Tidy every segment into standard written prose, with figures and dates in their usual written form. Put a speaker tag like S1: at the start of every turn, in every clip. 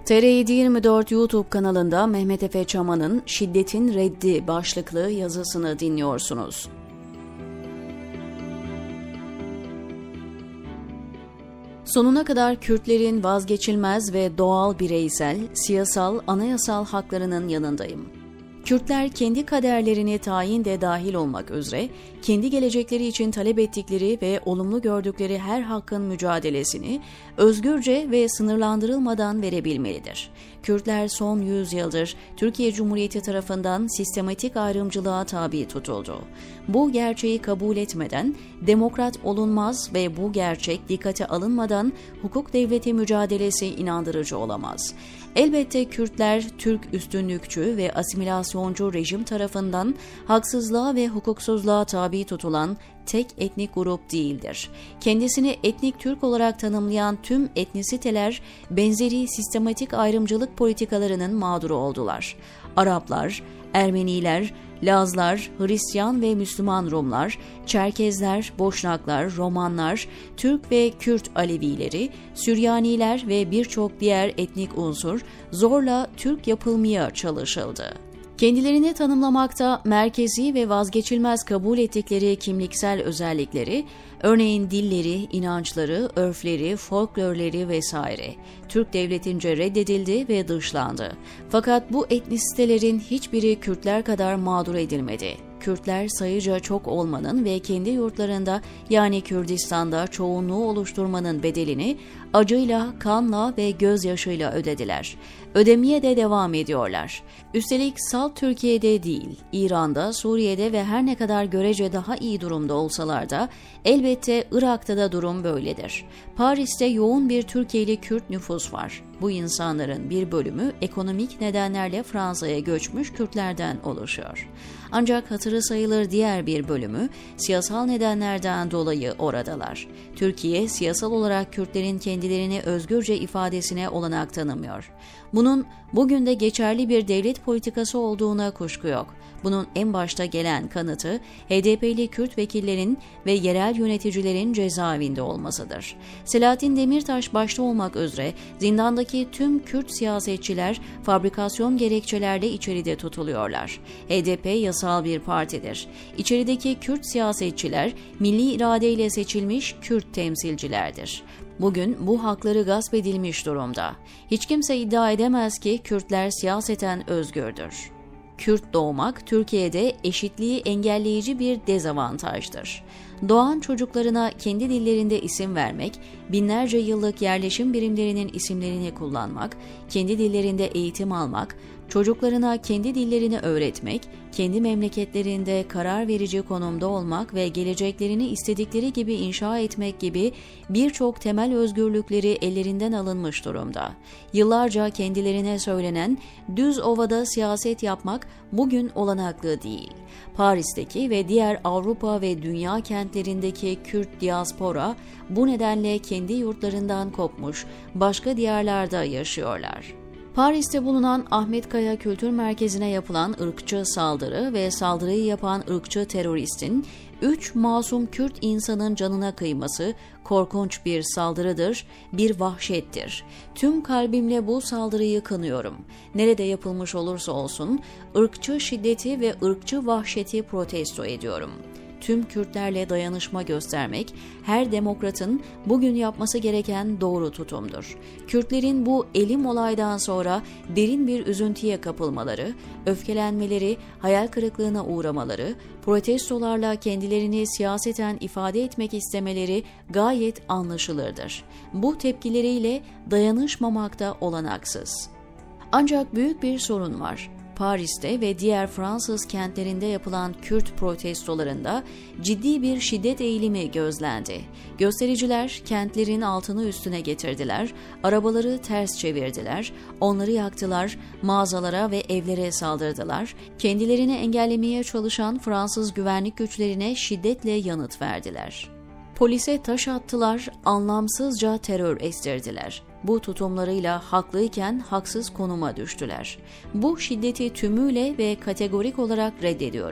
S1: TR724 YouTube kanalında Mehmet Efe Çaman'ın "Şiddetin Reddi" başlıklı yazısını dinliyorsunuz. Sonuna kadar Kürtlerin vazgeçilmez ve doğal bireysel, siyasal, anayasal haklarının yanındayım. Kürtler kendi kaderlerini tayin de dahil olmak üzere, kendi gelecekleri için talep ettikleri ve olumlu gördükleri her hakkın mücadelesini özgürce ve sınırlandırılmadan verebilmelidir. Kürtler son 100 yıldır Türkiye Cumhuriyeti tarafından sistematik ayrımcılığa tabi tutuldu. Bu gerçeği kabul etmeden demokrat olunmaz ve bu gerçek dikkate alınmadan hukuk devleti mücadelesi inandırıcı olamaz. Elbette Kürtler Türk üstünlükçü ve asimilasyoncu rejim tarafından haksızlığa ve hukuksuzluğa tabi tutulan tek etnik grup değildir. Kendisini etnik Türk olarak tanımlayan tüm etnisiteler benzeri sistematik ayrımcılık politikalarının mağduru oldular. Araplar, Ermeniler, Lazlar, Hristiyan ve Müslüman Rumlar, Çerkezler, Boşnaklar, Romanlar, Türk ve Kürt Alevileri, Süryaniler ve birçok diğer etnik unsur zorla Türk yapılmaya çalışıldı. Kendilerini tanımlamakta merkezi ve vazgeçilmez kabul ettikleri kimliksel özellikleri, örneğin dilleri, inançları, örfleri, folklorları vesaire, Türk devletince reddedildi ve dışlandı. Fakat bu etnisitelerin hiçbiri Kürtler kadar mağdur edilmedi. Kürtler sayıca çok olmanın ve kendi yurtlarında yani Kürdistan'da çoğunluğu oluşturmanın bedelini acıyla, kanla ve gözyaşıyla ödediler. Ödemeye de devam ediyorlar. Üstelik salt Türkiye'de değil, İran'da, Suriye'de ve her ne kadar görece daha iyi durumda olsalar da elbette Irak'ta da durum böyledir. Paris'te yoğun bir Türkiye'li Kürt nüfus var. Bu insanların bir bölümü ekonomik nedenlerle Fransa'ya göçmüş Kürtlerden oluşuyor. Ancak hatırı sayılır diğer bir bölümü siyasal nedenlerden dolayı oradalar. Türkiye siyasal olarak Kürtlerin kendilerini özgürce ifadesine olanak tanımıyor. Bunun bugün de geçerli bir devlet politikası olduğuna kuşku yok. Bunun en başta gelen kanıtı HDP'li Kürt vekillerin ve yerel yöneticilerin cezaevinde olmasıdır. Selahattin Demirtaş başta olmak üzere zindandaki tüm Kürt siyasetçiler fabrikasyon gerekçelerle içeride tutuluyorlar. HDP yasal bir partidir. İçerideki Kürt siyasetçiler milli iradeyle seçilmiş Kürt temsilcilerdir. Bugün bu hakları gasp edilmiş durumda. Hiç kimse iddia edemez ki Kürtler siyaseten özgürdür. Kürt doğmak Türkiye'de eşitliği engelleyici bir dezavantajdır. Doğan çocuklarına kendi dillerinde isim vermek, binlerce yıllık yerleşim birimlerinin isimlerini kullanmak, kendi dillerinde eğitim almak, çocuklarına kendi dillerini öğretmek, kendi memleketlerinde karar verici konumda olmak ve geleceklerini istedikleri gibi inşa etmek gibi birçok temel özgürlükleri ellerinden alınmış durumda. Yıllarca kendilerine söylenen düz ovada siyaset yapmak bugün olanaklı değil. Paris'teki ve diğer Avrupa ve dünya kentlerindeki Kürt diaspora bu nedenle kendi yurtlarından kopmuş, başka diyarlarda yaşıyorlar. Paris'te bulunan Ahmet Kaya Kültür Merkezi'ne yapılan ırkçı saldırı ve saldırıyı yapan ırkçı teröristin 3 masum Kürt insanın canına kıyması korkunç bir saldırıdır, bir vahşettir. Tüm kalbimle bu saldırıyı kınıyorum. Nerede yapılmış olursa olsun ırkçı şiddeti ve ırkçı vahşeti protesto ediyorum. Tüm Kürtlerle dayanışma göstermek, her demokratın bugün yapması gereken doğru tutumdur. Kürtlerin bu elim olaydan sonra derin bir üzüntüye kapılmaları, öfkelenmeleri, hayal kırıklığına uğramaları, protestolarla kendilerini siyaseten ifade etmek istemeleri gayet anlaşılırdır. Bu tepkileriyle dayanışmamak da olanaksız. Ancak büyük bir sorun var. Paris'te ve diğer Fransız kentlerinde yapılan Kürt protestolarında ciddi bir şiddet eğilimi gözlendi. Göstericiler kentlerin altını üstüne getirdiler, arabaları ters çevirdiler, onları yaktılar, mağazalara ve evlere saldırdılar, kendilerini engellemeye çalışan Fransız güvenlik güçlerine şiddetle yanıt verdiler. Polise taş attılar, anlamsızca terör estirdiler. Bu tutumlarıyla haklıyken haksız konuma düştüler. Bu şiddeti tümüyle ve kategorik olarak reddediyorum.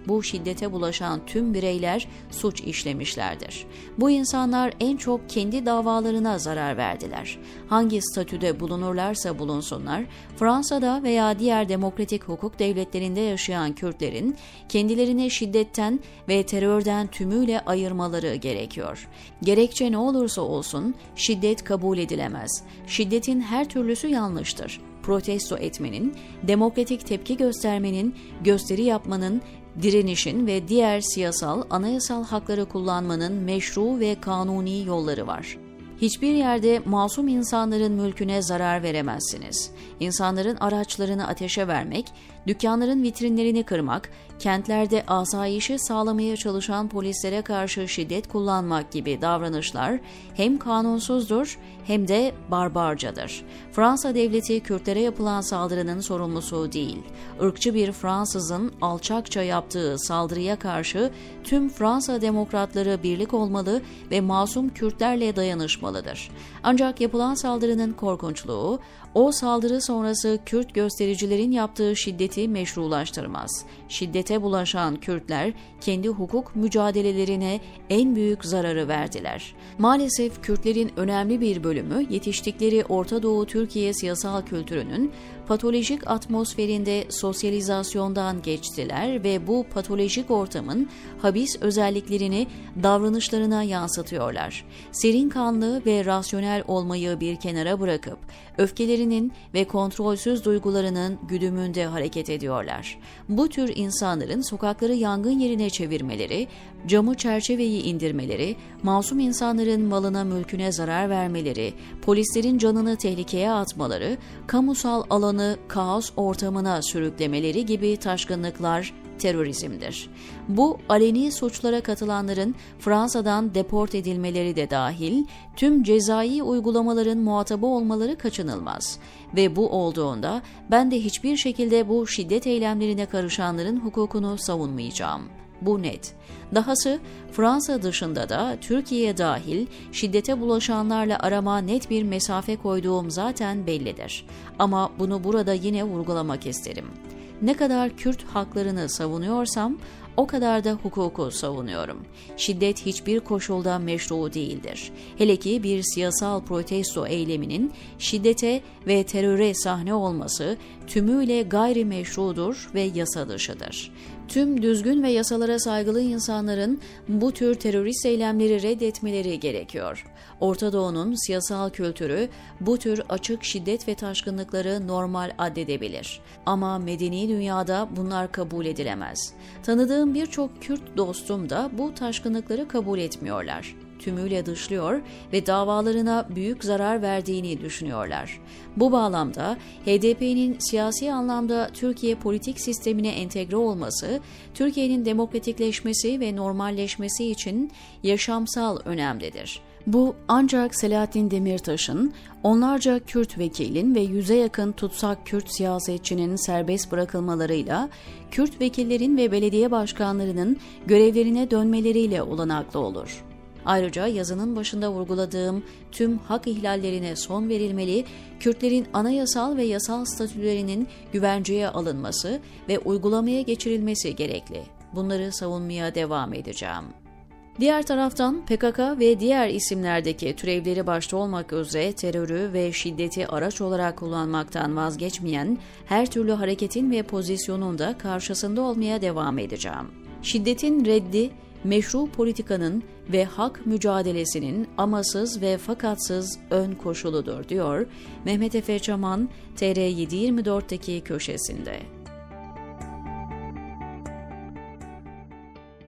S1: bu şiddete bulaşan tüm bireyler suç işlemişlerdir. Bu insanlar en çok kendi davalarına zarar verdiler. Hangi statüde bulunurlarsa bulunsunlar, Fransa'da veya diğer demokratik hukuk devletlerinde yaşayan Kürtlerin kendilerini şiddetten ve terörden tümüyle ayırmaları gerekiyor. Gerekçe ne olursa olsun şiddet kabul edilemez. Şiddetin her türlüsü yanlıştır. Protesto etmenin, demokratik tepki göstermenin, gösteri yapmanın, direnişin ve diğer siyasal, anayasal hakları kullanmanın meşru ve kanuni yolları var. Hiçbir yerde masum insanların mülküne zarar veremezsiniz. İnsanların araçlarını ateşe vermek, dükkanların vitrinlerini kırmak, kentlerde asayişi sağlamaya çalışan polislere karşı şiddet kullanmak gibi davranışlar hem kanunsuzdur hem de barbarcadır. Fransa devleti Kürtlere yapılan saldırının sorumlusu değil. Irkçı bir Fransızın alçakça yaptığı saldırıya karşı tüm Fransa demokratları birlik olmalı ve masum Kürtlerle dayanışmalıdır. Ancak yapılan saldırının korkunçluğu, o saldırı sonrası Kürt göstericilerin yaptığı şiddeti meşrulaştırmaz. Şiddete bulaşan Kürtler kendi hukuk mücadelelerine en büyük zararı verdiler. Maalesef Kürtlerin önemli bir bölümü yetiştikleri Orta Doğu Türkiye siyasal kültürünün patolojik atmosferinde sosyalizasyondan geçtiler ve bu patolojik ortamın habis özelliklerini davranışlarına yansıtıyorlar. Serin kanlı ve rasyonel olmayı bir kenara bırakıp öfkelerinin ve kontrolsüz duygularının güdümünde hareket ediyorlar. Bu tür insanların sokakları yangın yerine çevirmeleri, camı çerçeveyi indirmeleri, masum insanların malına mülküne zarar vermeleri, polislerin canını tehlikeye atmaları, kamusal alanı kaos ortamına sürüklemeleri gibi taşkınlıklar terörizmdir. Bu aleni suçlara katılanların Fransa'dan deport edilmeleri de dahil tüm cezai uygulamaların muhatabı olmaları kaçınılmaz. Ve bu olduğunda ben de hiçbir şekilde bu şiddet eylemlerine karışanların hukukunu savunmayacağım. Bu net. Dahası Fransa dışında da Türkiye dahil şiddete bulaşanlarla arama net bir mesafe koyduğum zaten bellidir. Ama bunu burada yine vurgulamak isterim. Ne kadar Kürt haklarını savunuyorsam o kadar da hukuku savunuyorum. Şiddet hiçbir koşulda meşru değildir. Hele ki bir siyasal protesto eyleminin şiddete ve teröre sahne olması tümüyle gayrimeşrudur ve yasa dışıdır. Tüm düzgün ve yasalara saygılı insanların bu tür terörist eylemleri reddetmeleri gerekiyor. Orta Doğu'nun siyasal kültürü bu tür açık şiddet ve taşkınlıkları normal addedebilir. Ama medeni dünyada bunlar kabul edilemez. Tanıdığım birçok Kürt dostum da bu taşkınlıkları kabul etmiyorlar. Tümüyle dışlıyor ve davalarına büyük zarar verdiğini düşünüyorlar. Bu bağlamda HDP'nin siyasi anlamda Türkiye politik sistemine entegre olması, Türkiye'nin demokratikleşmesi ve normalleşmesi için yaşamsal önemlidir. Bu ancak Selahattin Demirtaş'ın, onlarca Kürt vekilin ve 100'e yakın tutsak Kürt siyasetçinin serbest bırakılmalarıyla, Kürt vekillerin ve belediye başkanlarının görevlerine dönmeleriyle olanaklı olur. Ayrıca yazının başında vurguladığım tüm hak ihlallerine son verilmeli, Kürtlerin anayasal ve yasal statülerinin güvenceye alınması ve uygulamaya geçirilmesi gerekli. Bunları savunmaya devam edeceğim. Diğer taraftan PKK ve diğer isimlerdeki türevleri başta olmak üzere terörü ve şiddeti araç olarak kullanmaktan vazgeçmeyen her türlü hareketin ve pozisyonun da karşısında olmaya devam edeceğim. Şiddetin reddi, meşru politikanın ve hak mücadelesinin amasız ve fakatsız ön koşuludur, diyor Mehmet Efe Çaman, TR724'teki köşesinde.